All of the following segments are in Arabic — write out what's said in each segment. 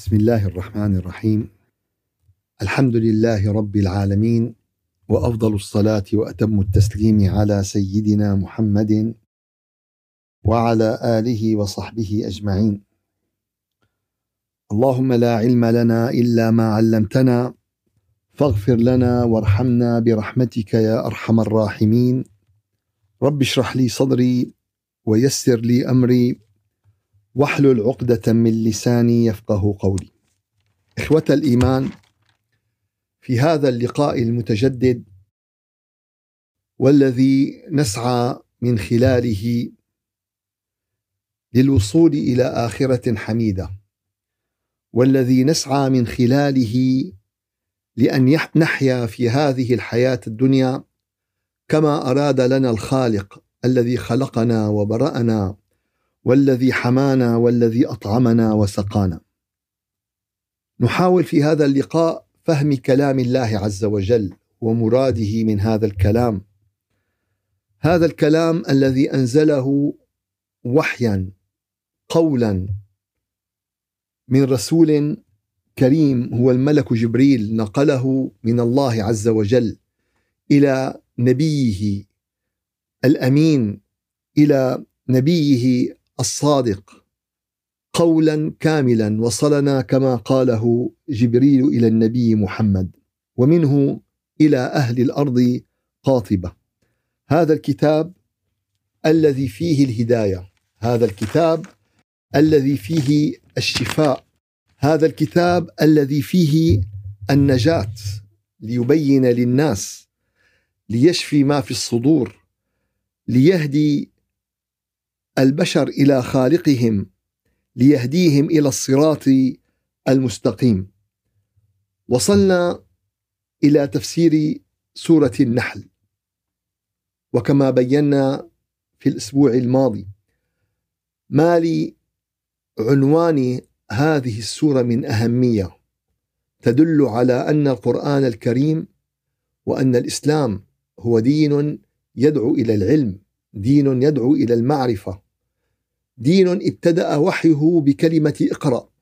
بسم الله الرحمن الرحيم. الحمد لله رب العالمين، وأفضل الصلاة وأتم التسليم على سيدنا محمد وعلى آله وصحبه أجمعين. اللهم لا علم لنا إلا ما علمتنا، فاغفر لنا وارحمنا برحمتك يا أرحم الراحمين. رب اشرح لي صدري ويسر لي أمري واحلل عقدة من لساني يفقه قولي. إخوة الإيمان، في هذا اللقاء المتجدد والذي نسعى من خلاله للوصول إلى آخرة حميدة، والذي نسعى من خلاله لأن نحيا في هذه الحياة الدنيا كما أراد لنا الخالق الذي خلقنا وبرأنا والذي حمانا والذي أطعمنا وسقانا. نحاول في هذا اللقاء فهم كلام الله عز وجل ومراده من هذا الكلام، هذا الكلام الذي أنزله وحيا قولا من رسول كريم هو الملك جبريل، نقله من الله عز وجل إلى نبيه الأمين، إلى نبيه الصادق، قولا كاملا وصلنا كما قاله جبريل إلى النبي محمد، ومنه إلى أهل الأرض قاطبة. هذا الكتاب الذي فيه الهداية، هذا الكتاب الذي فيه الشفاء، هذا الكتاب الذي فيه النجاة، ليبين للناس، ليشفي ما في الصدور، ليهدي البشر إلى خالقهم، ليهديهم إلى الصراط المستقيم. وصلنا إلى تفسير سورة النحل، وكما بينا في الأسبوع الماضي ما لعنوان هذه السورة من أهمية تدل على أن القرآن الكريم وأن الإسلام هو دين يدعو إلى العلم، دين يدعو إلى المعرفة، دين ابتدأ وحيه بكلمة اقرأ.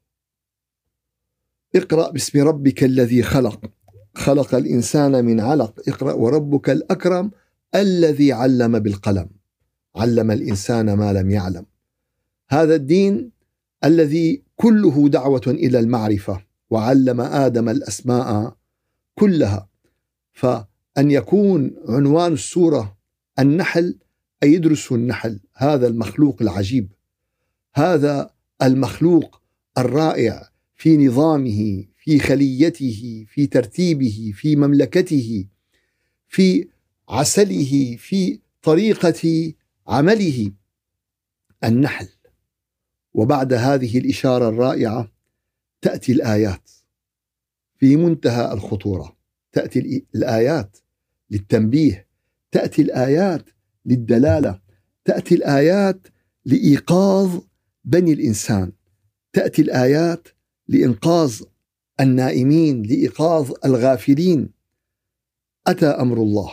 اقرأ باسم ربك الذي خلق، خلق الإنسان من علق، اقرأ وربك الأكرم الذي علم بالقلم، علم الإنسان ما لم يعلم. هذا الدين الذي كله دعوة إلى المعرفة، وعلم آدم الأسماء كلها. فأن يكون عنوان السورة النحل، أي يدرسوا النحل، هذا المخلوق العجيب، هذا المخلوق الرائع في نظامه، في خليته، في ترتيبه، في مملكته، في عسله، في طريقة عمله، النحل. وبعد هذه الإشارة الرائعة تأتي الآيات في منتهى الخطورة، تأتي الآيات للتنبيه، تأتي الآيات للدلالة، تأتي الآيات لإيقاظ بني الإنسان، تأتي الآيات لإنقاذ النائمين، لإيقاظ الغافلين. أتى أمر الله،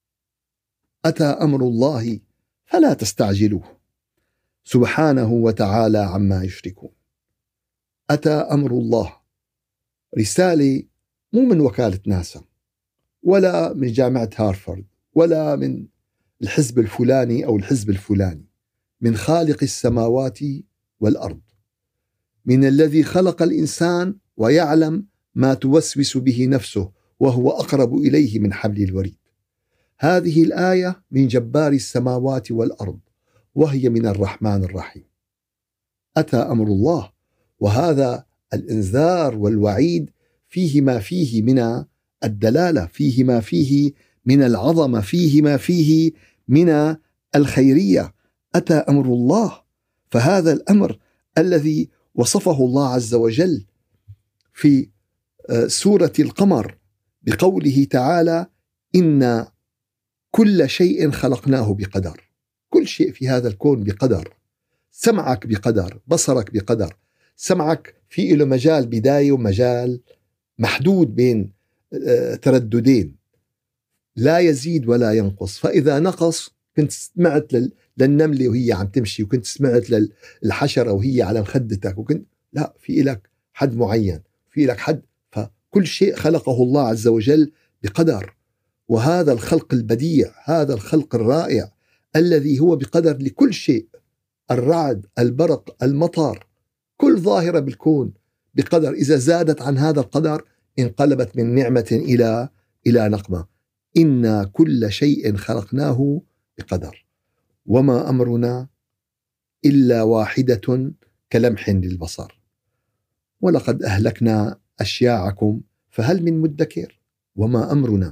أتى أمر الله فلا تستعجلوه سبحانه وتعالى عما يشركون. أتى أمر الله، رسالة مو من وكالة ناسا، ولا من جامعة هارفارد، ولا من الحزب الفلاني أو الحزب الفلاني، من خالق السماوات والأرض، من الذي خلق الإنسان ويعلم ما توسوس به نفسه، وهو أقرب إليه من حبل الوريد. هذه الآية من جبار السماوات والأرض، وهي من الرحمن الرحيم. أتى أمر الله، وهذا الإنذار والوعيد فيه ما فيه من الدلالة، فيه ما فيه من العظمة، فيه ما فيه من الخيرية. أتى أمر الله، فهذا الأمر الذي وصفه الله عز وجل في سورة القمر بقوله تعالى: إن كل شيء خلقناه بقدر. كل شيء في هذا الكون بقدر، سمعك بقدر، بصرك بقدر. سمعك في له مجال بداية ومجال محدود بين ترددين، لا يزيد ولا ينقص. فإذا نقص كنت سمعت للنملة وهي عم تمشي، وكنت سمعت للحشرة وهي على مخدتك، وكنت لا، في لك حد معين، في لك حد، فكل شيء خلقه الله عز وجل بقدر. وهذا الخلق البديع، هذا الخلق الرائع الذي هو بقدر لكل شيء، الرعد، البرق، المطر، كل ظاهرة بالكون بقدر. إذا زادت عن هذا القدر انقلبت من نعمة إلى نقمة. إنا كل شيء خلقناه بقدر وما أمرنا إلا واحدة كلمح للبصر ولقد أهلكنا أشياعكم فهل من مدكر وما أمرنا.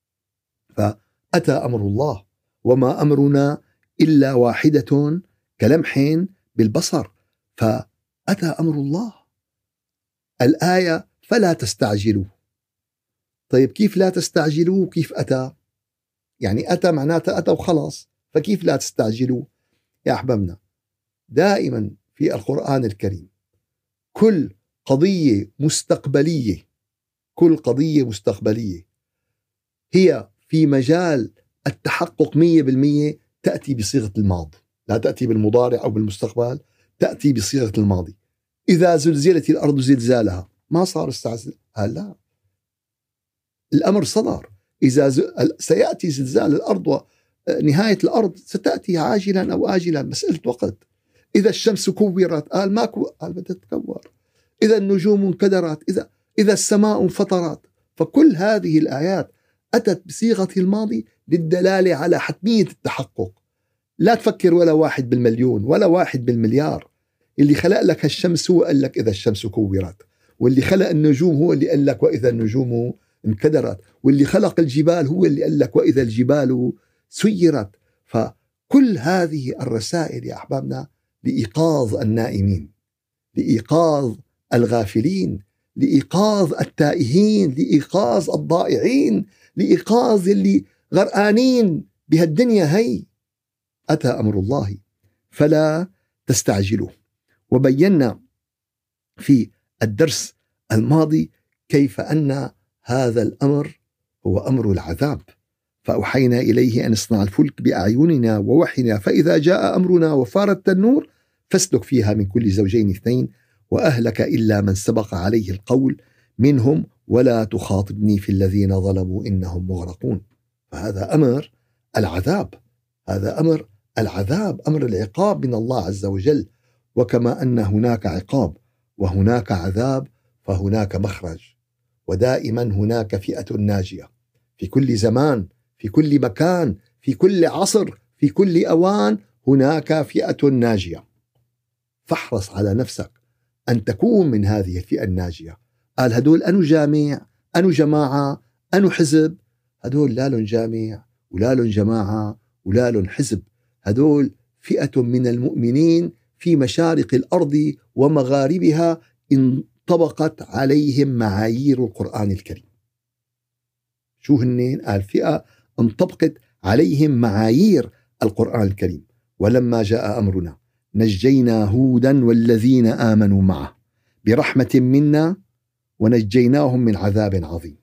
فأتى أمر الله وما أمرنا إلا واحدة كلمح بالبصر، فأتى أمر الله. الآية فلا تستعجلوا. طيب كيف لا تستعجلوا؟ كيف أتى؟ يعني أتى معناته أتى وخلاص، فكيف لا تستعجلوا؟ يا أحبابنا، دائما في القرآن الكريم كل قضية مستقبلية، كل قضية مستقبلية هي في مجال التحقق 100% تأتي بصيغة الماضي، لا تأتي بالمضارع أو بالمستقبل، تأتي بصيغة الماضي. إذا زلزلت الأرض زلزالها ما صار استعجل، لا، الأمر صدر. إذا سيأتي زلزال الأرض ونهاية الأرض ستأتي عاجلا أو آجلا، مسألة وقت. إذا الشمس كورت قال ما قال بدها تتكور. إذا النجوم انكدرت، إذا السماء انفطرت. فكل هذه الآيات أتت بصيغة الماضي للدلالة على حتمية التحقق. لا تفكر ولا واحد بالمليون ولا واحد بالمليار. اللي خلق لك الشمس هو قال لك إذا الشمس كورت، واللي خلق النجوم هو اللي قال لك وإذا النجوم انكدرت، واللي خلق الجبال هو اللي قال لك وإذا الجبال سيرت. فكل هذه الرسائل يا أحبابنا لإيقاظ النائمين، لإيقاظ الغافلين، لإيقاظ التائهين، لإيقاظ الضائعين، لإيقاظ اللي غرقانين بهالدنيا هي. أتى أمر الله فلا تستعجلوا. وبينا في الدرس الماضي كيف أن هذا الأمر هو أمر العذاب. فأوحينا إليه أن اصنع الفلك بأعيننا ووحينا فإذا جاء أمرنا وفارت النور فاسلك فيها من كل زوجين اثنين وأهلك إلا من سبق عليه القول منهم ولا تخاطبني في الذين ظلموا إنهم مغرقون. فهذا أمر العذاب، هذا أمر العذاب، أمر العقاب من الله عز وجل. وكما أن هناك عقاب وهناك عذاب فهناك مخرج، ودائما هناك فئة ناجية في كل زمان، في كل مكان، في كل عصر، في كل أوان هناك فئة ناجية. فاحرص على نفسك أن تكون من هذه الفئة الناجية. قال هدول أنو جامع، أنو جماعة، أنو حزب؟ هدول لا لن جامع ولا لن جماعة ولا لن حزب، هدول فئة من المؤمنين في مشارق الأرض ومغاربها انطبقت عليهم معايير القرآن الكريم. شو هنين؟ قال فئة انطبقت عليهم معايير القرآن الكريم. ولما جاء أمرنا نجينا هودا والذين آمنوا معه برحمة منا ونجيناهم من عذاب عظيم.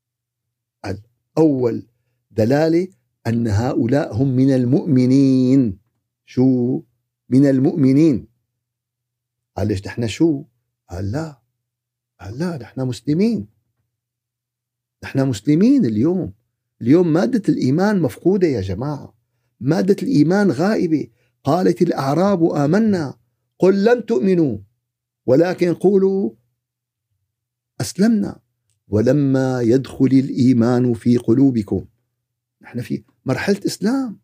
أول دلالة أن هؤلاء هم من المؤمنين. شو؟ من المؤمنين. قال ليش نحن شو؟ قال لا، قال لا، نحن مسلمين، نحن مسلمين. اليوم مادة الإيمان مفقودة يا جماعة، مادة الإيمان غائبة. قالت الأعراب آمنا قل لم تؤمنوا ولكن قولوا أسلمنا ولما يدخل الإيمان في قلوبكم. نحن في مرحلة إسلام.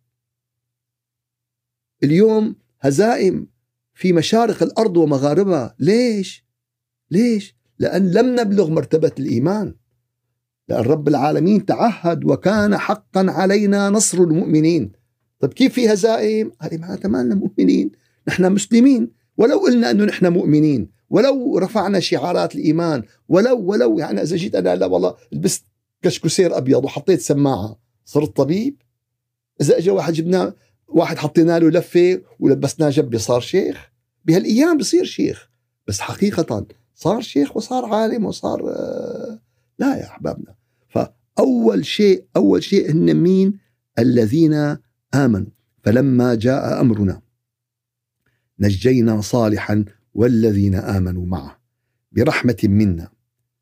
اليوم هزائم في مشارق الأرض ومغاربها. ليش؟ لأن لم نبلغ مرتبة الإيمان، لأن رب العالمين تعهد وكان حقا علينا نصر المؤمنين. طيب كيف في هزائم؟ هذه معناتها ما لنا مؤمنين، نحن مسلمين. ولو قلنا أنه نحن مؤمنين، ولو رفعنا شعارات الإيمان، ولو يعني إذا جيت أنا لا والله لبست كشكسير أبيض وحطيت سماعة صرت طبيب. إذا أجا واحد حطينا له لفة ولبسناه جبة صار شيخ. بهالأيام بصير شيخ، بس حقيقة صار شيخ وصار عالم وصار لا يا أحبابنا. فأول شيء هن مين؟ الذين آمنوا. فلما جاء أمرنا نجينا صالحا والذين آمنوا معه برحمة منا.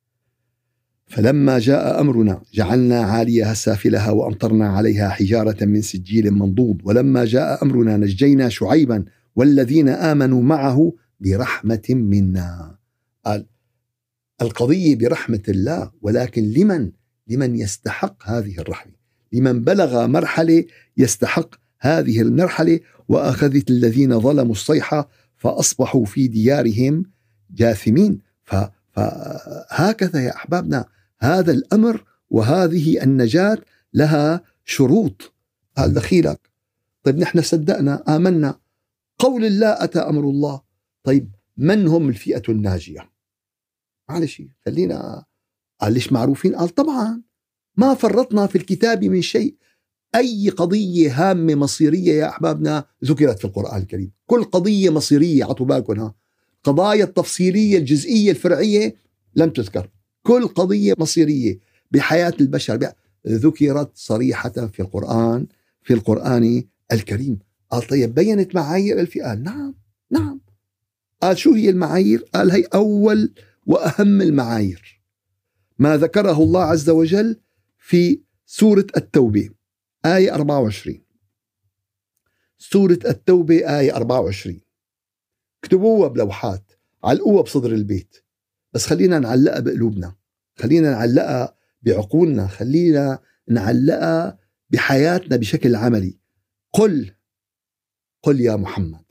فلما جاء أمرنا جعلنا عاليها سافلها وأمطرنا عليها حجارة من سجيل منضود. ولما جاء أمرنا نجينا شعيبا والذين آمنوا معه برحمة منا. قال القضية برحمة الله، ولكن لمن يستحق هذه الرحمة، لمن بلغ مرحلة يستحق هذه المرحلة. وأخذت الذين ظلموا الصيحة فأصبحوا في ديارهم جاثمين. فهكذا يا أحبابنا هذا الأمر وهذه النجاة لها شروط. قال دخيلك طيب نحن صدقنا آمنا، قول الله أتى أمر الله. طيب من هم الفئة الناجية؟ معلش خلينا. قال ليش معروفين؟ قال طبعا ما فرطنا في الكتاب من شيء. أي قضية هامة مصيرية يا أحبابنا ذكرت في القرآن الكريم. كل قضية مصيرية عطوا بالكم، قضايا التفصيلية الجزئية الفرعية لم تذكر. كل قضية مصيرية بحياة البشر ذكرت صريحة في القرآن الكريم. قال طيب بينت معايير الفئة؟ نعم. قال شو هي المعايير؟ قال هي أول وأهم المعايير ما ذكره الله عز وجل في سورة التوبة آية 24. سورة التوبة آية 24 اكتبوها بلوحات، علقوها بصدر البيت، بس خلينا نعلقها بقلوبنا، خلينا نعلقها بعقولنا، خلينا نعلقها بحياتنا بشكل عملي. قل يا محمد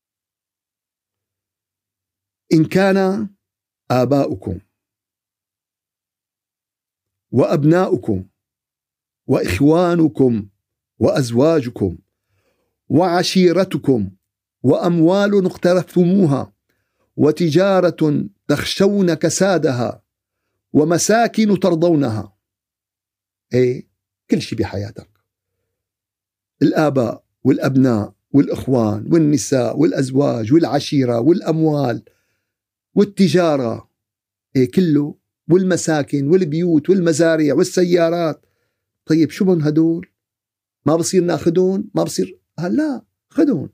إن كان آباؤكم وأبناؤكم وإخوانكم وأزواجكم وعشيرتكم وأموال اقترفتموها وتجارة تخشون كسادها ومساكن ترضونها. كل شيء بحياتك، الآباء والأبناء والإخوان والنساء والأزواج والعشيرة والأموال والتجارة، كله، والمساكن والبيوت والمزارع والسيارات. طيب شو من هدول؟ ما بصير ناخدون؟ ما بصير؟ لا، خدون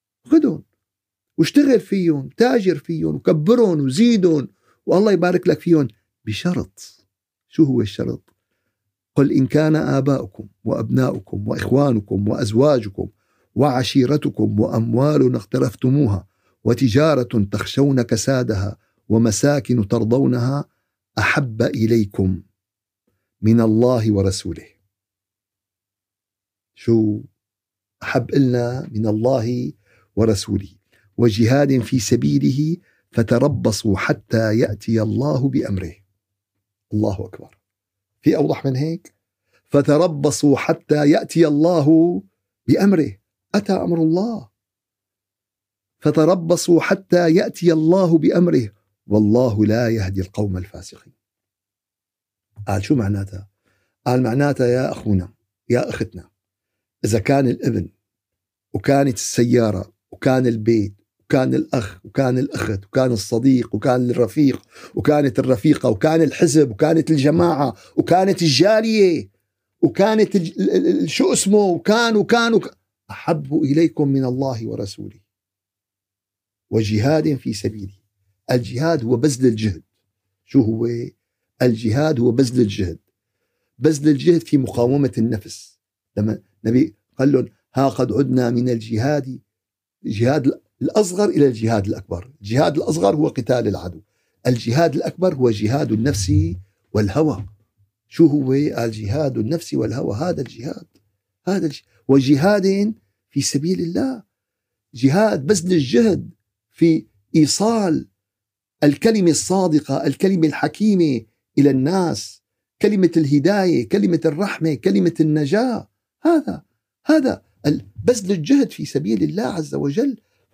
واشتغل فيهم، تاجر فيهم وكبرهم وزيدهم والله يبارك لك فيهم، بشرط. شو هو الشرط؟ قل إن كان آباؤكم وأبناؤكم وإخوانكم وأزواجكم وعشيرتكم وأموال اقترفتموها وتجارة تخشون كسادها ومساكن ترضونها أحب إليكم من الله ورسوله. شو أحب إلنا؟ من الله ورسوله وجهاد في سبيله فتربصوا حتى يأتي الله بأمره. الله أكبر، في أوضح من هيك؟ فتربصوا حتى يأتي الله بأمره. أتى أمر الله، فتربصوا حتى يأتي الله بأمره والله لا يهدي القوم الفاسقين. قال شو معناتها؟ قال معناتها يا أخونا يا أختنا، إذا كان الابن وكانت السيارة وكان البيت وكان الأخ وكان الأخت وكان الصديق وكان الرفيق وكانت الرفيقة وكان الحزب وكانت الجماعة وكانت الجالية وكانت شو اسمه وكان أحب إليكم من الله ورسوله وجهاد في سبيله. الجهاد هو بذل الجهد. شو هو الجهاد؟ هو بذل الجهد، بذل الجهد في مقاومة النفس. لما النبي قال لهم ها قد عدنا من الجهاد الأصغر إلى الجهاد الأكبر. الجهاد الأصغر هو قتال العدو، الجهاد الأكبر هو جهاد النفس والهوى. شو هو الجهاد النفس والهوى؟ هذا الجهاد، وجهاد في سبيل الله، جهاد بذل الجهد في إيصال الكلمة الصادقة، الكلمة الحكيمة إلى الناس، كلمة الهداية، كلمة الرحمة، كلمة النجاة. هذا بذل الجهد في سبيل الله عز وجل.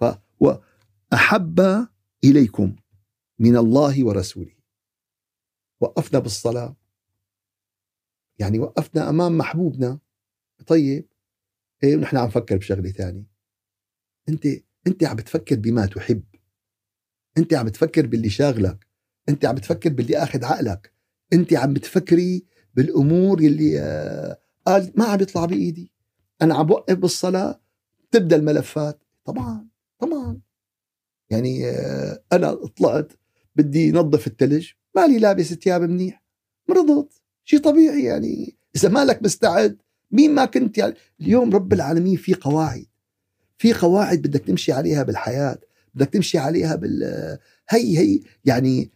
وأحب إليكم من الله ورسوله. وقفنا بالصلاة، يعني وقفنا أمام محبوبنا. طيب ونحن عم نفكر بشغلة ثانية. أنت عم بتفكر بما تحب، أنت عم بتفكر باللي شاغلك، أنت عم بتفكر باللي أخذ عقلك، أنت عم بتفكري بالأمور اللي قال ما عم بيطلع بإيدي. أنا عم بوقف بالصلاة تبدأ الملفات. طبعا يعني أنا طلعت بدي نظف الثلج، مالي لابس ثياب منيح، مرضت، شيء طبيعي يعني. إذا مالك مستعد، مين ما كنت يعني. اليوم رب العالمين في قواعد بدك تمشي عليها بالحياة، بدك تمشي عليها هي يعني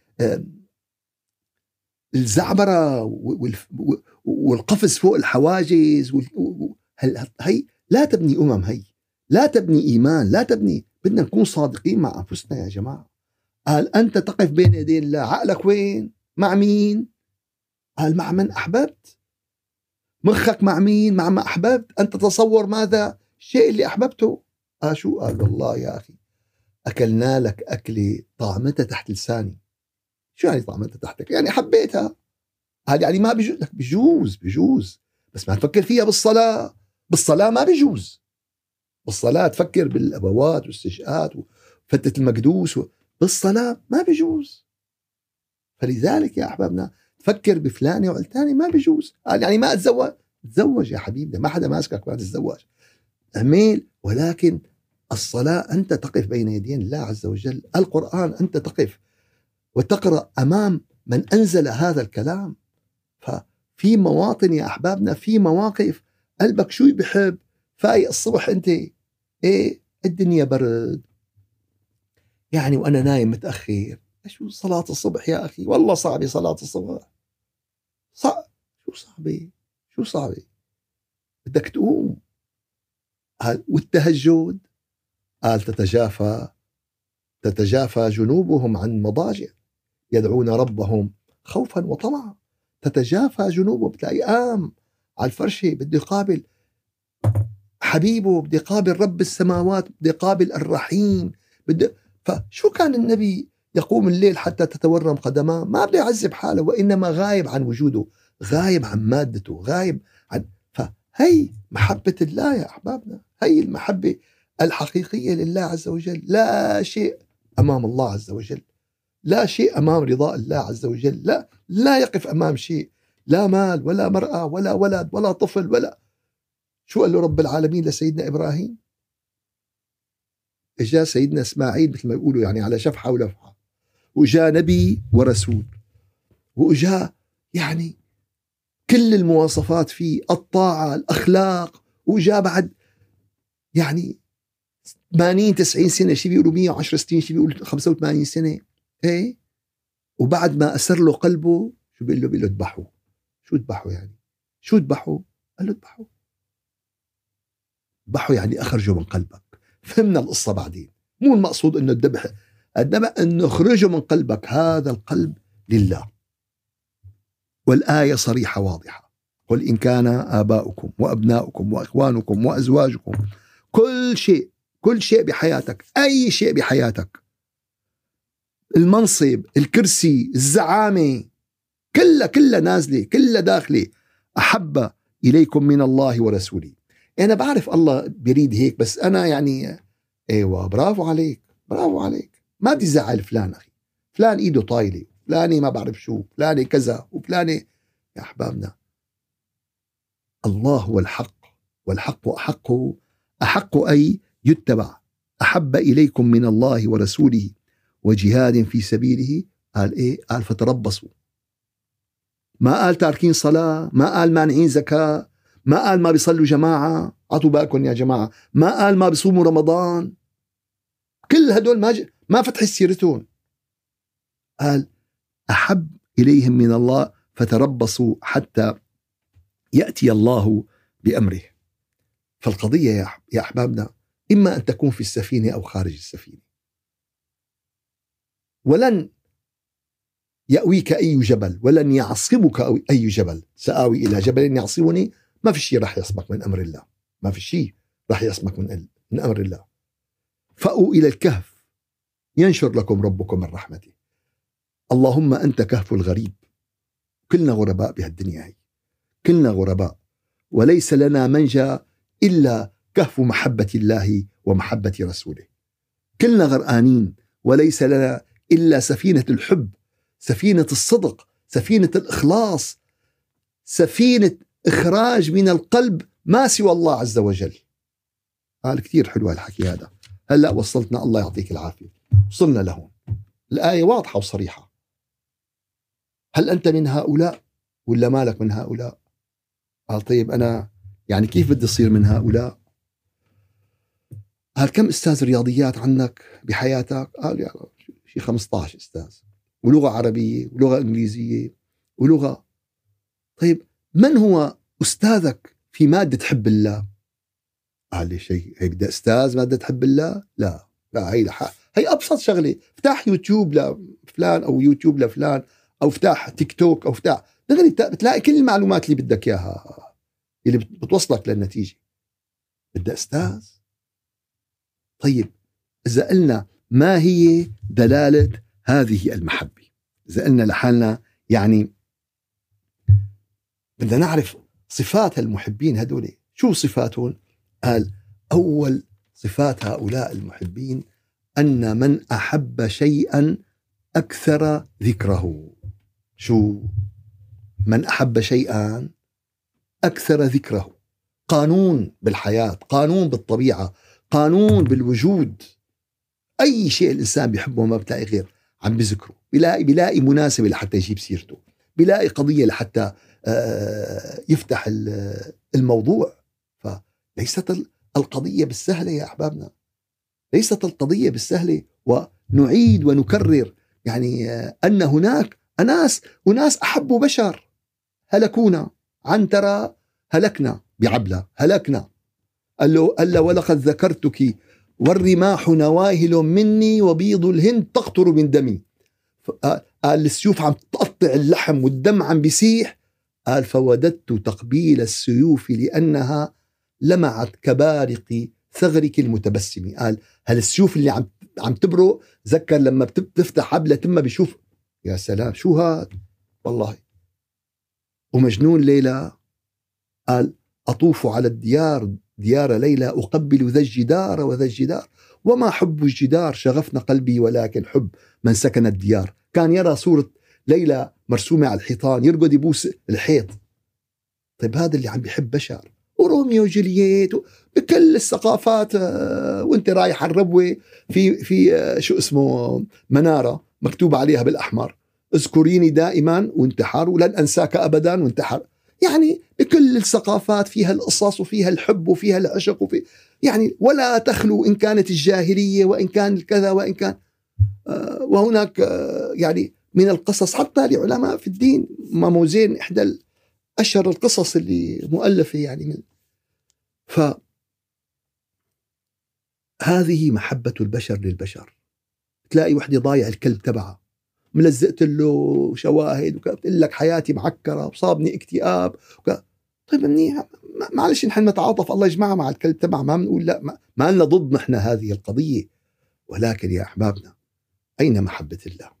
الزعبرة والقفز فوق الحواجز هي لا تبني هي لا تبني إيمان، لا تبني. بدنا نكون صادقين مع أنفسنا يا جماعة. قال أنت تقف بين يدي الله، عقلك وين؟ مع مين؟ قال مع من أحببت. مخك مع مين؟ مع ما أحببت. أنت تصور ماذا الشيء اللي أحببته. شو قال؟ والله يا أخي أكلنا لك أكلة طعمتها تحت لساني. شو يعني طعمتها تحتك؟ يعني حبيتها. قال يعني ما بيجوز لك. بيجوز بس ما تفكر فيها بالصلاة ما بيجوز. بالصلاة تفكر بالأبوات والسجئات وفتة المقدوس بالصلاة ما بيجوز. فلذلك يا أحبابنا تفكر بفلانة وعلتاني ما بيجوز. قال يعني ما تزوج يا حبيبنا، ما حدا ماسكك ما تتزوج، اعمل. ولكن الصلاة أنت تقف بين يدين الله عز وجل، القرآن أنت تقف وتقرأ أمام من أنزل هذا الكلام. ففي مواطن يا أحبابنا، في مواقف قلبك شو بحب. فايق الصبح أنت الدنيا برد يعني، وأنا نايم متأخر. شو صلاة الصبح يا أخي؟ والله صعبة صلاة الصبح. شو صعبة بدك تقوم. قال والتهجد، قال تتجافى جنوبهم عن مضاجع يدعون ربهم خوفا وطمعا. تتجافى جنوبهم، بتلاقي قام على الفرشة بده يقابل حبيبه، بده يقابل رب السماوات، بده يقابل الرحيم، فشو كان النبي يقوم الليل حتى تتورم قدماه؟ ما بده يعذب حاله، وإنما غايب عن وجوده، غايب عن مادته، غايب عن. فهي محبة الله يا أحبابنا، هي المحبة الحقيقية لله عز وجل. لا شيء أمام الله عز وجل، لا شيء أمام رضاء الله عز وجل. لا يقف أمام شيء، لا مال ولا مرأة ولا ولد ولا طفل ولا. شو قال له رب العالمين لسيدنا إبراهيم؟ إجا سيدنا إسماعيل مثل ما يقولوا يعني على شفحة ولفحة، وجاء نبي ورسول، وجاء يعني كل المواصفات فيه، الطاعة، الأخلاق، وجاء بعد يعني 80-90 سنة، شي بيقولوا 110 سنين، شي بيقولوا 85 سنة. وبعد ما أسر له قلبه شو بيقول له اذبحوا. شو اذبحوا يعني؟ شو اذبحوا؟ قال له اذبحوا يعني أخرجوا من قلبك. فهمنا القصة بعدين. مو المقصود انه الذبح، انما انه اخرجوا من قلبك هذا القلب لله. والآية صريحة واضحة: قل إن كان آباؤكم وأبناؤكم وإخوانكم وأزواجكم، كل شيء بحياتك، أي شيء بحياتك، المنصب، الكرسي، الزعامة، كلها نازلة، كلها داخلة، أحب إليكم من الله ورسوله. أنا بعرف الله بيريد هيك، بس أنا يعني ايوه برافو عليك، ما بدي زعل فلان اخي، فلان ايده طايله، فلاني ما بعرف شو، فلاني كذا وفلاني. يا احبابنا الله هو الحق، والحق احق اي يتبع. احب اليكم من الله ورسوله وجهاد في سبيله. قال قال فتربصوا. ما قال تاركين صلاه، ما قال مانعين زكاه، ما قال ما بيصلوا جماعه. عطوا بالكم يا جماعه، ما قال ما بيصوموا رمضان. كل هدول ما فتح سيرتهم. قال أحب إليهم من الله فتربصوا حتى يأتي الله بأمره. فالقضية يا أحبابنا إما أن تكون في السفينة أو خارج السفينة. ولن يأويك أي جبل، ولن يعصمك أي جبل. سآوي إلى جبل يعصمني. ما في شيء راح يصمك من أمر الله، ما في شيء راح يصمك من أمر الله. فأووا إلى الكهف ينشر لكم ربكم من رحمته. اللهم أنت كهف الغريب. كلنا غرباء بهالدنيا هي، كلنا غرباء، وليس لنا منجا إلا كهف محبة الله ومحبة رسوله. كلنا غرقانين، وليس لنا إلا سفينة الحب، سفينة الصدق، سفينة الإخلاص، سفينة إخراج من القلب ما سوى الله عز وجل. قال كثير حلو الحكي هذا. هلأ وصلتنا، الله يعطيك العافية، وصلنا لهون. الآية واضحة وصريحة. هل أنت من هؤلاء ولا مالك من هؤلاء؟ قال طيب أنا يعني كيف بدي أصير من هؤلاء؟ قال كم أستاذ رياضيات عندك بحياتك؟ قال يعني شي 15 أستاذ، ولغة عربية ولغة إنجليزية ولغة. طيب من هو أستاذك في مادة حب الله؟ قال لي شيء هي بدي أستاذ مادة حب الله؟ لا هي أبسط شغلة، افتح يوتيوب لفلان أو يوتيوب لفلان أو افتح تيك توك أو افتح دغري بتلاقي كل المعلومات اللي بدك إياها اللي بتوصلك للنتيجة. بدي أستاذ. طيب إذا قلنا ما هي دلالة هذه المحبة، إذا قلنا لحالنا يعني بدنا نعرف صفات المحبين هدول شو صفاتهم. قال أول صفات هؤلاء المحبين أن من أحب شيئا أكثر ذكره. شو من أحب شيئا أكثر ذكره؟ قانون بالحياة، قانون بالطبيعة، قانون بالوجود. أي شيء الإنسان بيحبه ما بتلاقي غير عم بذكره، بيلاقي مناسبة لحتى يجيب سيرته، بيلاقي قضية لحتى يفتح الموضوع. فليست القضية بالسهلة يا أحبابنا، ليست القضية بالسهلة. ونعيد ونكرر يعني أن هناك أناس أحبوا بشر هلكونا، عنترة هلكنا، بعبلة هلكنا. قال له ألا ولقد ذكرتك والرماح نواهل مني وبيض الهند تقطر من دمي. قال السيوف عم تقطع اللحم والدم عم بيسيح. قال فوددت تقبيل السيوف لأنها لمعت كبارق ثغرك المتبسم. قال هالسيوف اللي عم تبرق ذكر لما بتفتح حبلة تم بيشوف يا سلام شو هاد والله. ومجنون ليلى قال أطوف على ديار ليلى أقبل ذا الجدار وذا الجدار وما حب الجدار شغفنا قلبي ولكن حب من سكن الديار. كان يرى صورة ليلى مرسومة على الحيطان يرقد يبوس الحيط. طيب هذا اللي عم بيحب بشر. وروميو وجولييت بكل الثقافات. وانت رايح على الربوة في شو اسمه منارة مكتوب عليها بالأحمر اذكريني دائما وانتحر ولن أنساك أبدا وانتحر. يعني بكل الثقافات فيها القصص وفيها الحب وفيها العشق يعني ولا تخلو إن كانت الجاهلية وإن كان الكذا وإن كان وهناك يعني من القصص حتى لعلماء في الدين ماموزين إحدى أشهر القصص اللي مؤلفة يعني من فهذه محبة البشر للبشر. تلاقي وحدة ضايع الكلب تبعها ملزقت له شواهد وقلت لك حياتي معكرة وصابني اكتئاب طيب منيح معلش نحن نتعاطف الله يجمعها مع الكلب تبعها ما بنقول لا ما لنا ضد نحن هذه القضية. ولكن يا أحبابنا أين محبة الله؟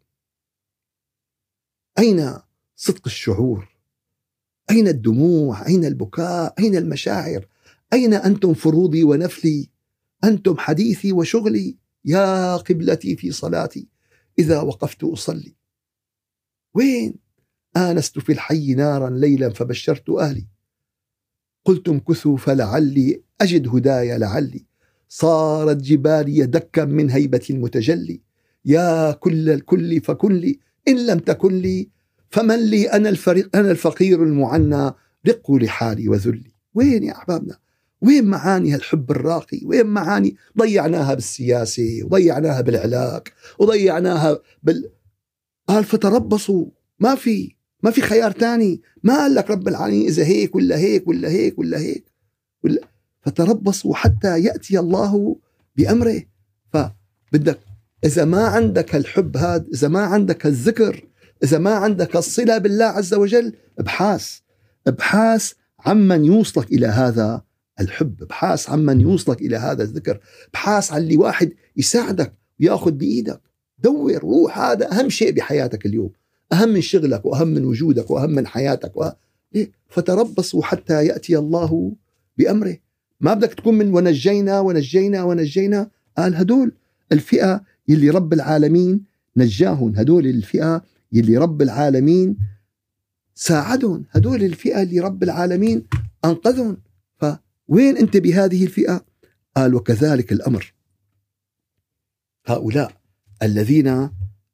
أين صدق الشعور؟ أين الدموع؟ أين البكاء؟ أين المشاعر؟ أين أنتم فروضي ونفلي؟ أنتم حديثي وشغلي يا قبلتي في صلاتي إذا وقفت أصلي. وين؟ آنست في الحي نارا ليلا فبشرت أهلي قلت امكثوا فلعلي أجد هدايا لعلي صارت جبالي دكا من هيبة المتجلي يا كل الكل فكن لي إن لم تكن لي فمن لي أنا الفقير المعنى رق لحالي وذلي. وين يا أحبابنا؟ وين معاني هالحب الراقي؟ وين معاني ضيعناها بالسياسة وضيعناها بالعلاق وضيعناها قال فتربصوا ما في خيار تاني. ما قال لك رب العالمين إذا هيك ولا هيك ولا هيك ولا هيك ولا فتربصوا حتى يأتي الله بأمره. فبدك إذا ما عندك الحب هذا، إذا ما عندك الذكر، إذا ما عندك الصلة بالله عز وجل، ابحاث عمن يوصلك إلى هذا الحب، ابحاث عمن يوصلك إلى هذا الذكر، ابحاث عن اللي واحد يساعدك ويأخذ بإيدك. دور روح، هذا أهم شيء بحياتك اليوم، أهم من شغلك وأهم من وجودك وأهم من حياتك فتربصوا حتى يأتي الله بأمره. ما بدك تكون من ونجينا. قال هدول الفئة يلي رب العالمين نجاهم، هدول الفئة يلي رب العالمين ساعدهم، هدول الفئة اللي رب العالمين أنقذهم. فوين أنت بهذه الفئة؟ قال وكذلك الأمر هؤلاء الذين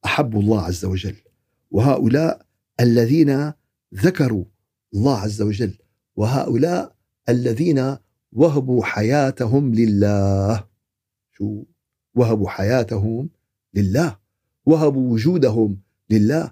أحبوا الله عز وجل، وهؤلاء الذين ذكروا الله عز وجل، وهؤلاء الذين وهبوا حياتهم لله. شو وهبوا حياتهم لله، وهبوا وجودهم لله.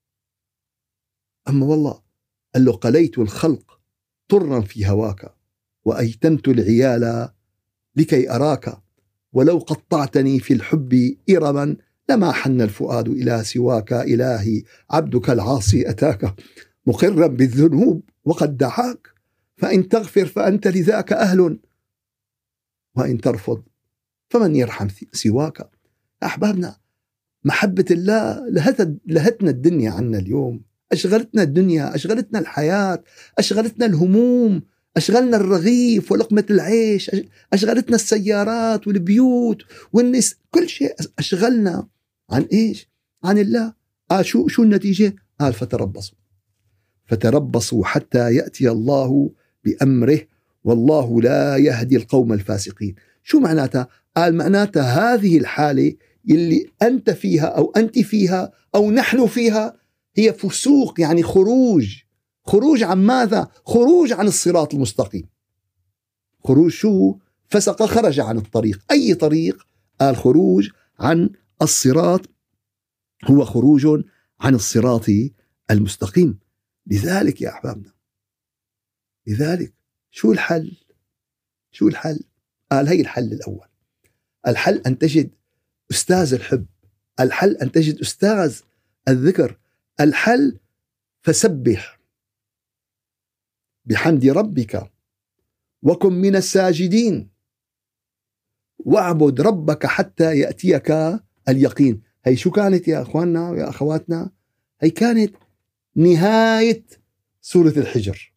أما والله قال له قليت الخلق طرا في هواك، وأيتمت العيال لكي أراك، ولو قطعتني في الحب إرما لما حن الفؤاد إلى سواك. إلهي عبدك العاصي أتاك مقرا بالذنوب وقد دعاك، فإن تغفر فأنت لذاك أهل، وإن ترفض فمن يرحم سواك. أحبابنا، محبة الله لهتنا الدنيا عنا اليوم، أشغلتنا الدنيا، أشغلتنا الحياة، أشغلتنا الهموم، أشغلنا الرغيف ولقمة العيش، أشغلتنا السيارات والبيوت والناس، كل شيء أشغلنا عن إيش؟ عن الله. شو النتيجة؟ قال فتربصوا حتى يأتي الله بأمره والله لا يهدي القوم الفاسقين. شو معناتها؟ قال معناتها هذه الحالة اللي أنت فيها أو أنت فيها أو نحن فيها هي فسوق، يعني خروج عن ماذا؟ خروج عن الصراط المستقيم. خروج شو؟ فسق، خرج عن الطريق. أي طريق؟ قال خروج عن الصراط هو خروج عن الصراط المستقيم. لذلك يا أحبابنا، لذلك شو الحل؟ قال هي الحل الأول. الحل أن تجد أستاذ الحب، الحل أن تجد أستاذ الذكر، الحل فسبح بحمد ربك وكن من الساجدين واعبد ربك حتى يأتيك اليقين. هي شو كانت يا أخواننا ويا أخواتنا؟ هي كانت نهاية سورة الحجر.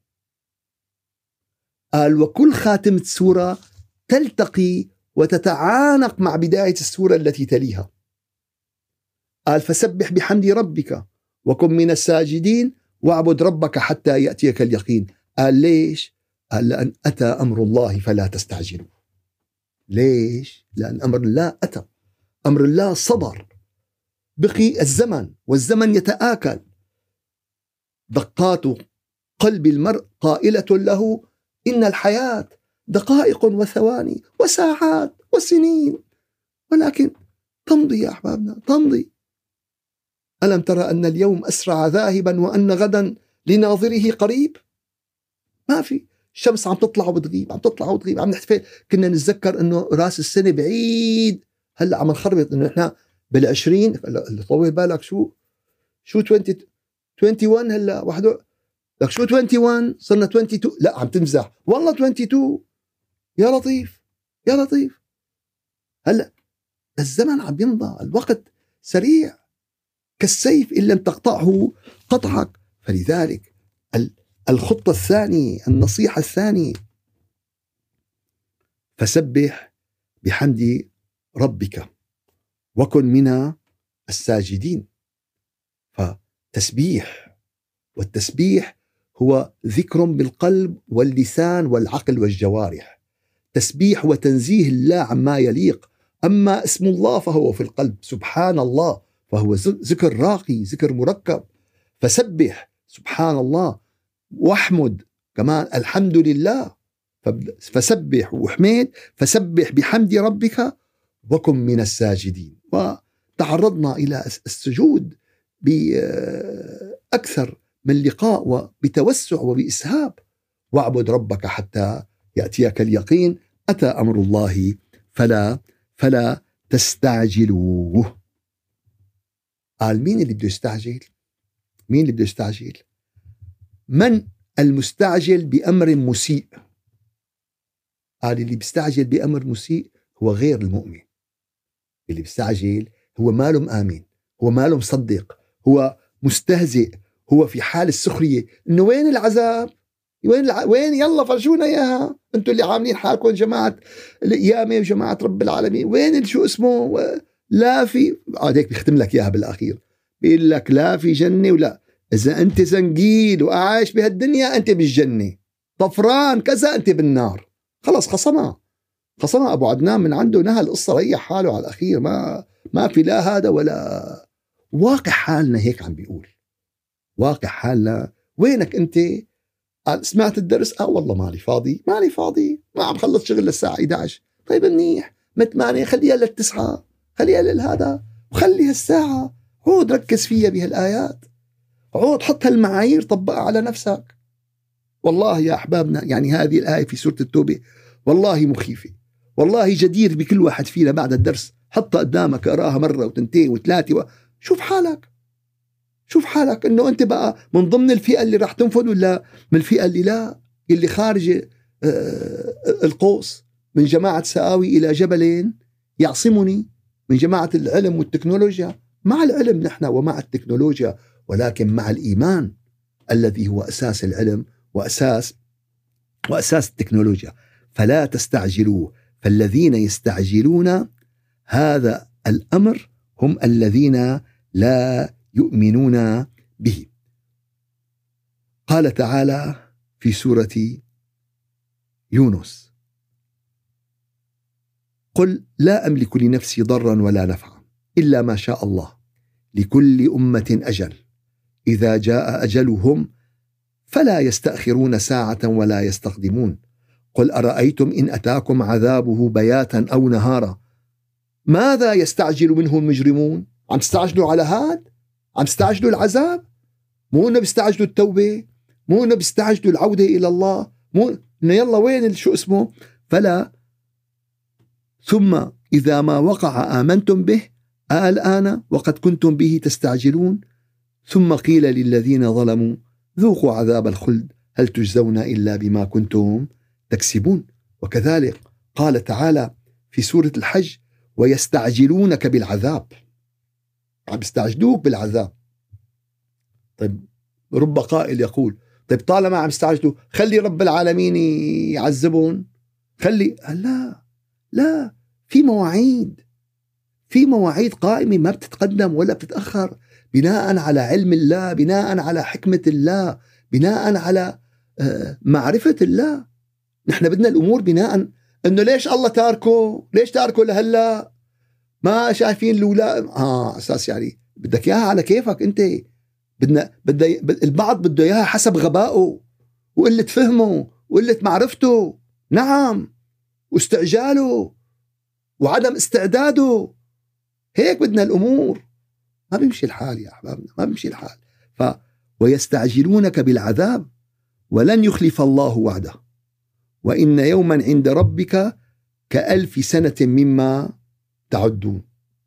قال وكل خاتمة سورة تلتقي وتتعانق مع بداية السورة التي تليها. قال فسبح بحمد ربك وكن من الساجدين واعبد ربك حتى يأتيك اليقين. قال ليش؟ قال لأن أتى أمر الله فلا تستعجلوا. ليش؟ لأن أمر الله أتى، أمر الله صدر، بقي الزمن والزمن يتآكل. دقات قلب المرء قائلة له إن الحياة دقائق وثواني وساعات وسنين، ولكن تمضي يا أحبابنا، تمضي. ألم ترى أن اليوم أسرع ذاهبا وأن غدا لناظره قريب؟ ما في، الشمس عم تطلع وبتغيب، عم تطلع وبتغيب، عم نحتفل. كنا نتذكر أنه رأس السنة بعيد، هلأ عم نخربط أنه إحنا بالعشرين. طول بالك شو 21 هلأ وحده لك، شو 21 صرنا 22. لا عم تمزح والله، 22. يا لطيف يا لطيف. هلأ الزمن عم يمضى، الوقت سريع كالسيف إن لم تقطعه قطعك. فلذلك الخطة الثانية، النصيحة الثانية، فسبح بحمد ربك وكن من الساجدين. فتسبيح، والتسبيح هو ذكر بالقلب واللسان والعقل والجوارح. تسبيح وتنزيه الله عما يليق. أما اسم الله فهو في القلب، سبحان الله، فهو ذكر راقي، ذكر مركب. فسبح سبحان الله، واحمد كمان الحمد لله. فسبح وحميد، فسبح بحمد ربك وكن من الساجدين. وتعرضنا إلى السجود بأكثر من لقاء وبتوسع وبإسهاب. واعبد ربك حتى يأتيك اليقين، أتى أمر الله فلا تستعجلوه. قال مين اللي بده يستعجل؟ مين اللي بده يستعجل؟ من المستعجل بأمر مسيء. قال اللي بيستعجل بأمر مسيء هو غير المؤمن. اللي بيستعجل هو ماله مآمن، هو ماله مصدق، هو مستهزئ، هو في حال السخرية. إنه وين العذاب؟ وين يلا فرجونا إياها، أنتوا اللي عاملين حالكم جماعة القيامة وجماعة رب العالمين. وين شو اسمه؟ لا في هيك بيختم لك إياها بالأخير، بيقول لك لا في جنة ولا. إذا أنت زنجيل وعايش بهالدنيا أنت بالجنة، طفران كذا أنت بالنار. خلص خصمها أبو عدنان من عنده، نهى القصة، ريح حاله على الأخير. ما في لا هذا واقع حالنا هيك عم بيقول، واقع حالنا. وينك أنت؟ سمعت الدرس؟ والله مالي فاضي ما عم خلص شغل للساعة 11. طيب منيح، ما 8 خليها لل9، خليها للهذا، وخلي هالساعة عود ركز فيها بهالآيات، عود حط هالمعايير طبقها على نفسك. والله يا أحبابنا يعني هذه الآية في سورة التوبة والله مخيفة، والله جدير بكل واحد فينا بعد الدرس حطها قدامك اقراها مرة وتنتين وثلاثة شوف حالك انه انت بقى من ضمن الفئة اللي راح تنفذ ولا من الفئة اللي لا، اللي خارج القوس، من جماعة سآوي إلى جبلين يعصمني، من جماعة العلم والتكنولوجيا. مع العلم نحن ومع التكنولوجيا، ولكن مع الإيمان الذي هو أساس العلم وأساس التكنولوجيا. فلا تستعجلوا، فالذين يستعجلون هذا الأمر هم الذين لا يؤمنون به. قال تعالى في سورة يونس: قل لا أملك لنفسي ضرا ولا نفعا إلا ما شاء الله، لكل أمة أجل، إذا جاء أجلهم فلا يستأخرون ساعة ولا يستقدمون. قل أرأيتم إن أتاكم عذابه بياتا أو نهارا ماذا يستعجل منه المجرمون؟ عم تستعجلوا على هاد؟ عم تستعجلوا العذاب؟ مو إنه بيستعجلوا التوبة؟ مو إنه بيستعجلوا العودة إلى الله؟ مو إنه يلا وين شو اسمه؟ فلا. ثم إذا ما وقع آمنتم به الآن وقد كنتم به تستعجلون. ثم قيل للذين ظلموا ذوقوا عذاب الخلد هل تجزون إلا بما كنتم تكسبون. وكذلك قال تعالى في سورة الحج: ويستعجلونك بالعذاب، عم يستعجلوك بالعذاب. طيب رب قائل يقول: طيب طالما عم يستعجلوا خلي رب العالمين يعذبون، خلي. لا، في مواعيد قائمة ما بتتقدم ولا بتتأخر، بناء على علم الله، بناء على حكمة الله، بناء على معرفة الله. نحن بدنا الأمور بناء إنه ليش الله ليش تاركه لهلا؟ ما شايفين الأولى أساس يعني بدك إياها على كيفك أنت. البعض بده إياها حسب غبائه وقلة فهمه وقلة معرفته، نعم، واستعجاله وعدم استعداده. هيك بدنا الأمور. ما بيمشي الحال يا أحبابنا، ما بيمشي الحال. ويستعجلونك بالعذاب ولن يخلف الله وعده وإن يوما عند ربك كألف سنة مما تعدون.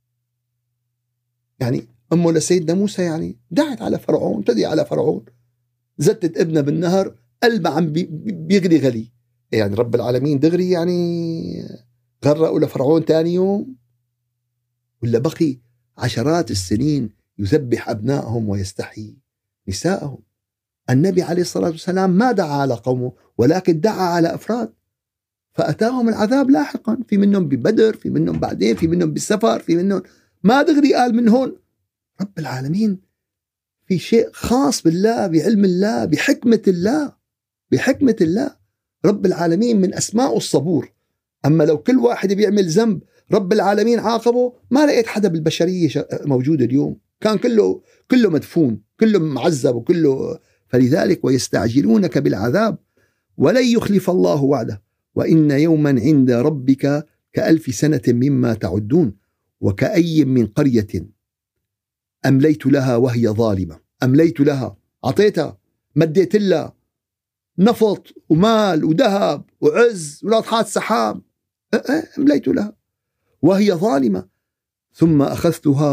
يعني أمه لسيدنا موسى يعني دعت على فرعون، تدعي على فرعون، زتت ابنها بالنهر، قلبها عم بيغلي غلي. يعني رب العالمين دغري يعني غرقوا لفرعون تاني يوم؟ ولا بقي عشرات السنين يذبح أبنائهم ويستحيي نساءهم؟ النبي عليه الصلاة والسلام ما دعا على قومه ولكن دعا على أفراد، فأتاهم العذاب لاحقا، في منهم ببدر، في منهم بعدين، في منهم بالسفر، في منهم ما دغري قال من هون. رب العالمين في شيء خاص بالله، بعلم الله، بحكمة الله. رب العالمين من أسماء الصبور. أما لو كل واحد بيعمل ذنب رب العالمين عاقبه، ما لقيت حدا بالبشرية موجود اليوم، كان كله مدفون، كله معذب وكله. فلذلك ويستعجلونك بالعذاب ولن يخلف الله وعده وإن يوما عند ربك كألف سنة مما تعدون. وكأي من قرية أمليت لها وهي ظالمة، أمليت لها، عطيتها، مديت لها نفط ومال وذهب وعز وناطحات سحاب، أمليت لها وهي ظالمة ثم أخذتها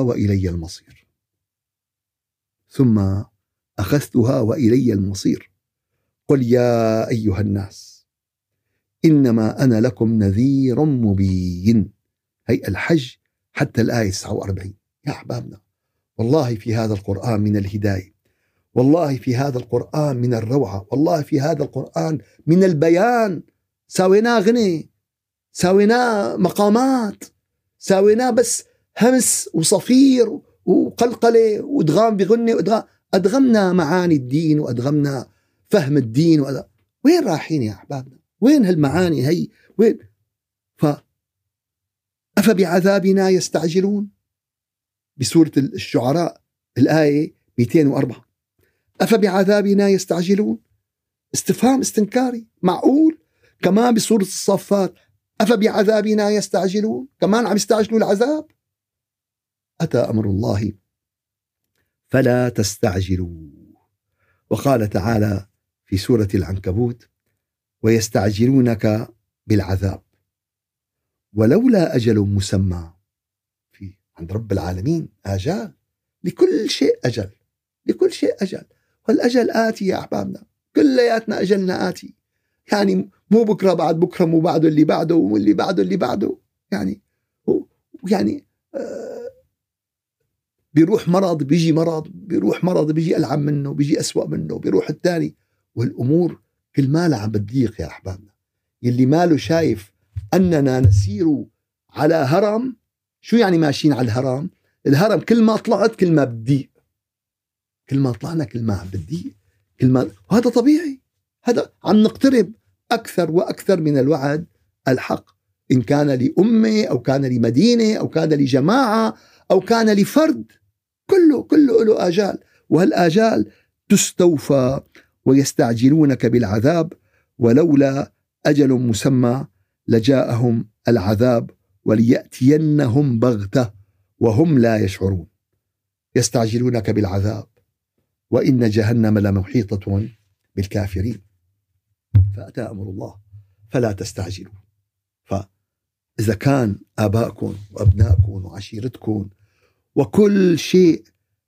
وإلي المصير. قل يا أيها الناس إنما أنا لكم نذير مبين. هي الحج حتى الآية 49. يا أحبابنا والله في هذا القرآن من الهداية، والله في هذا القرآن من الروعة، والله في هذا القرآن من البيان. ساويناه غني، ساويناه مقامات، ساويناه بس همس وصفير وقلقلة وادغام بغنة أدغمنا معاني الدين وأدغمنا فهم الدين وين رايحين يا أحبابنا؟ وين هالمعاني هي؟ وين؟ أفبعذابنا يستعجلون بسورة الشعراء الآية 204. أفبعذابنا يستعجلون، استفهام استنكاري، معقول؟ كمان بسورة الصافات أفبعذابنا يستعجلون، كمان عم يستعجلوا العذاب. أتى أمر الله فلا تستعجلوا. وقال تعالى في سورة العنكبوت ويستعجلونك بالعذاب ولولا أجل مسمى. في عند رب العالمين آجال، لكل شيء أجل، لكل شيء أجل، والأجل آتي يا أحبابنا، كلياتنا أجلنا آتي، يعني مو بكرة بعد بكرة، مو بعده اللي بعده، واللي بعده اللي بعده، يعني بيروح مرض بيجي مرض، بيروح مرض بيجي ألعب منه، بيجي أسوأ منه، بيروح الثاني، والأمور كل مالها عم بتضيق يا أحبابنا. يلي ماله شايف أننا نسير على هرم. شو يعني ماشيين على الهرم؟ الهرم كل ما طلعت كل ما بتضيق، كل ما طلعنا كل ما عم بتضيق، كل ما، وهذا طبيعي، هذا عم نقترب أكثر وأكثر من الوعد الحق، إن كان لأمة أو كان لمدينة أو كان لجماعة أو كان لفرد، كله له آجال، وهالآجال تستوفى. ويستعجلونك بالعذاب ولولا أجل مسمى لجاءهم العذاب وليأتينهم بغتة وهم لا يشعرون. يستعجلونك بالعذاب وإن جهنم لمحيطة بالكافرين. فأتى أمر الله فلا تستعجلوا. فإذا كان آباءكم وأبنائكم وعشيرتكم وكل شيء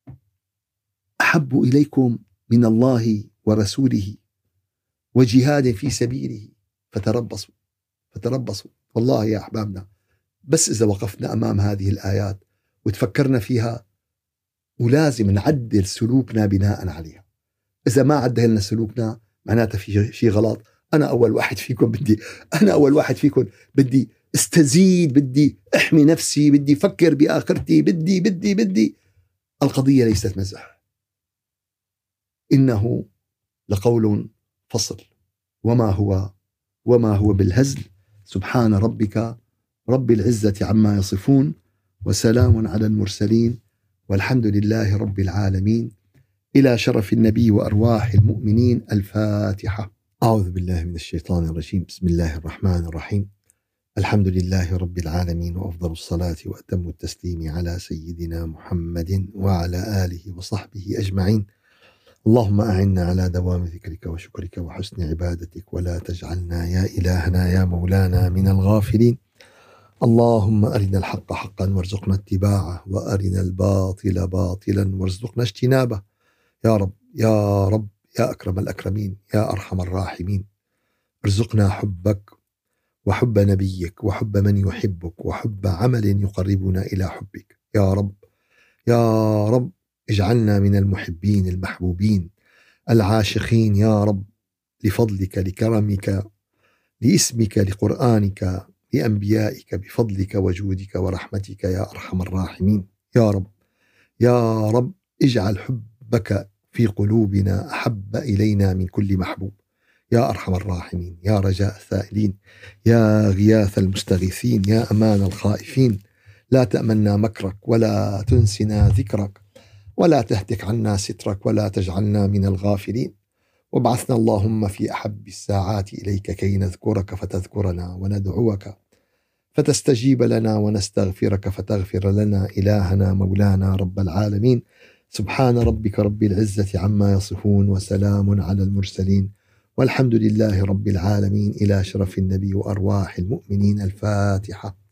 أحب إليكم من الله ورسوله وجهاد في سبيله فتربصوا. والله يا أحبابنا، بس إذا وقفنا أمام هذه الآيات وتفكرنا فيها، ولازم نعدل سلوكنا بناء عليها. إذا ما عدلنا سلوكنا معناته في شيء غلط. أنا أول واحد فيكم بدي استزيد، بدي أحمي نفسي، بدي أفكر بآخرتي، بدي. القضية ليست مزح، إنه لقول فصل وما هو بالهزل. سبحان ربك رب العزة عما يصفون وسلام على المرسلين والحمد لله رب العالمين. إلى شرف النبي وأرواح المؤمنين. الفاتحة. أعوذ بالله من الشيطان الرجيم. بسم الله الرحمن الرحيم. الحمد لله رب العالمين، وأفضل الصلاة وأتم التسليم على سيدنا محمد وعلى آله وصحبه أجمعين. اللهم أعنا على دوام ذكرك وشكرك وحسن عبادتك، ولا تجعلنا يا إلهنا يا مولانا من الغافلين. اللهم أرنا الحق حقا وارزقنا اتباعه، وأرنا الباطل باطلا وارزقنا اجتنابه، يا رب يا رب يا أكرم الأكرمين يا أرحم الراحمين. ارزقنا حبك وحب نبيك وحب من يحبك وحب عمل يقربنا إلى حبك، يا رب يا رب. اجعلنا من المحبين المحبوبين العاشقين يا رب، لفضلك لكرمك لاسمك لقرآنك لأنبيائك، بفضلك وجودك ورحمتك يا أرحم الراحمين. يا رب يا رب، اجعل حبك في قلوبنا أحب إلينا من كل محبوب يا أرحم الراحمين، يا رجاء السائلين، يا غياث المستغيثين، يا أمان الخائفين. لا تأمنا مكرك ولا تنسنا ذكرك ولا تهتك عنا سترك ولا تجعلنا من الغافلين. وابعثنا اللهم في أحب الساعات إليك كي نذكرك فتذكرنا، وندعوك فتستجيب لنا، ونستغفرك فتغفر لنا، إلهنا مولانا رب العالمين. سبحان ربك رب العزة عما يصفون وسلام على المرسلين والحمد لله رب العالمين. إلى شرف النبي وأرواح المؤمنين. الفاتحة.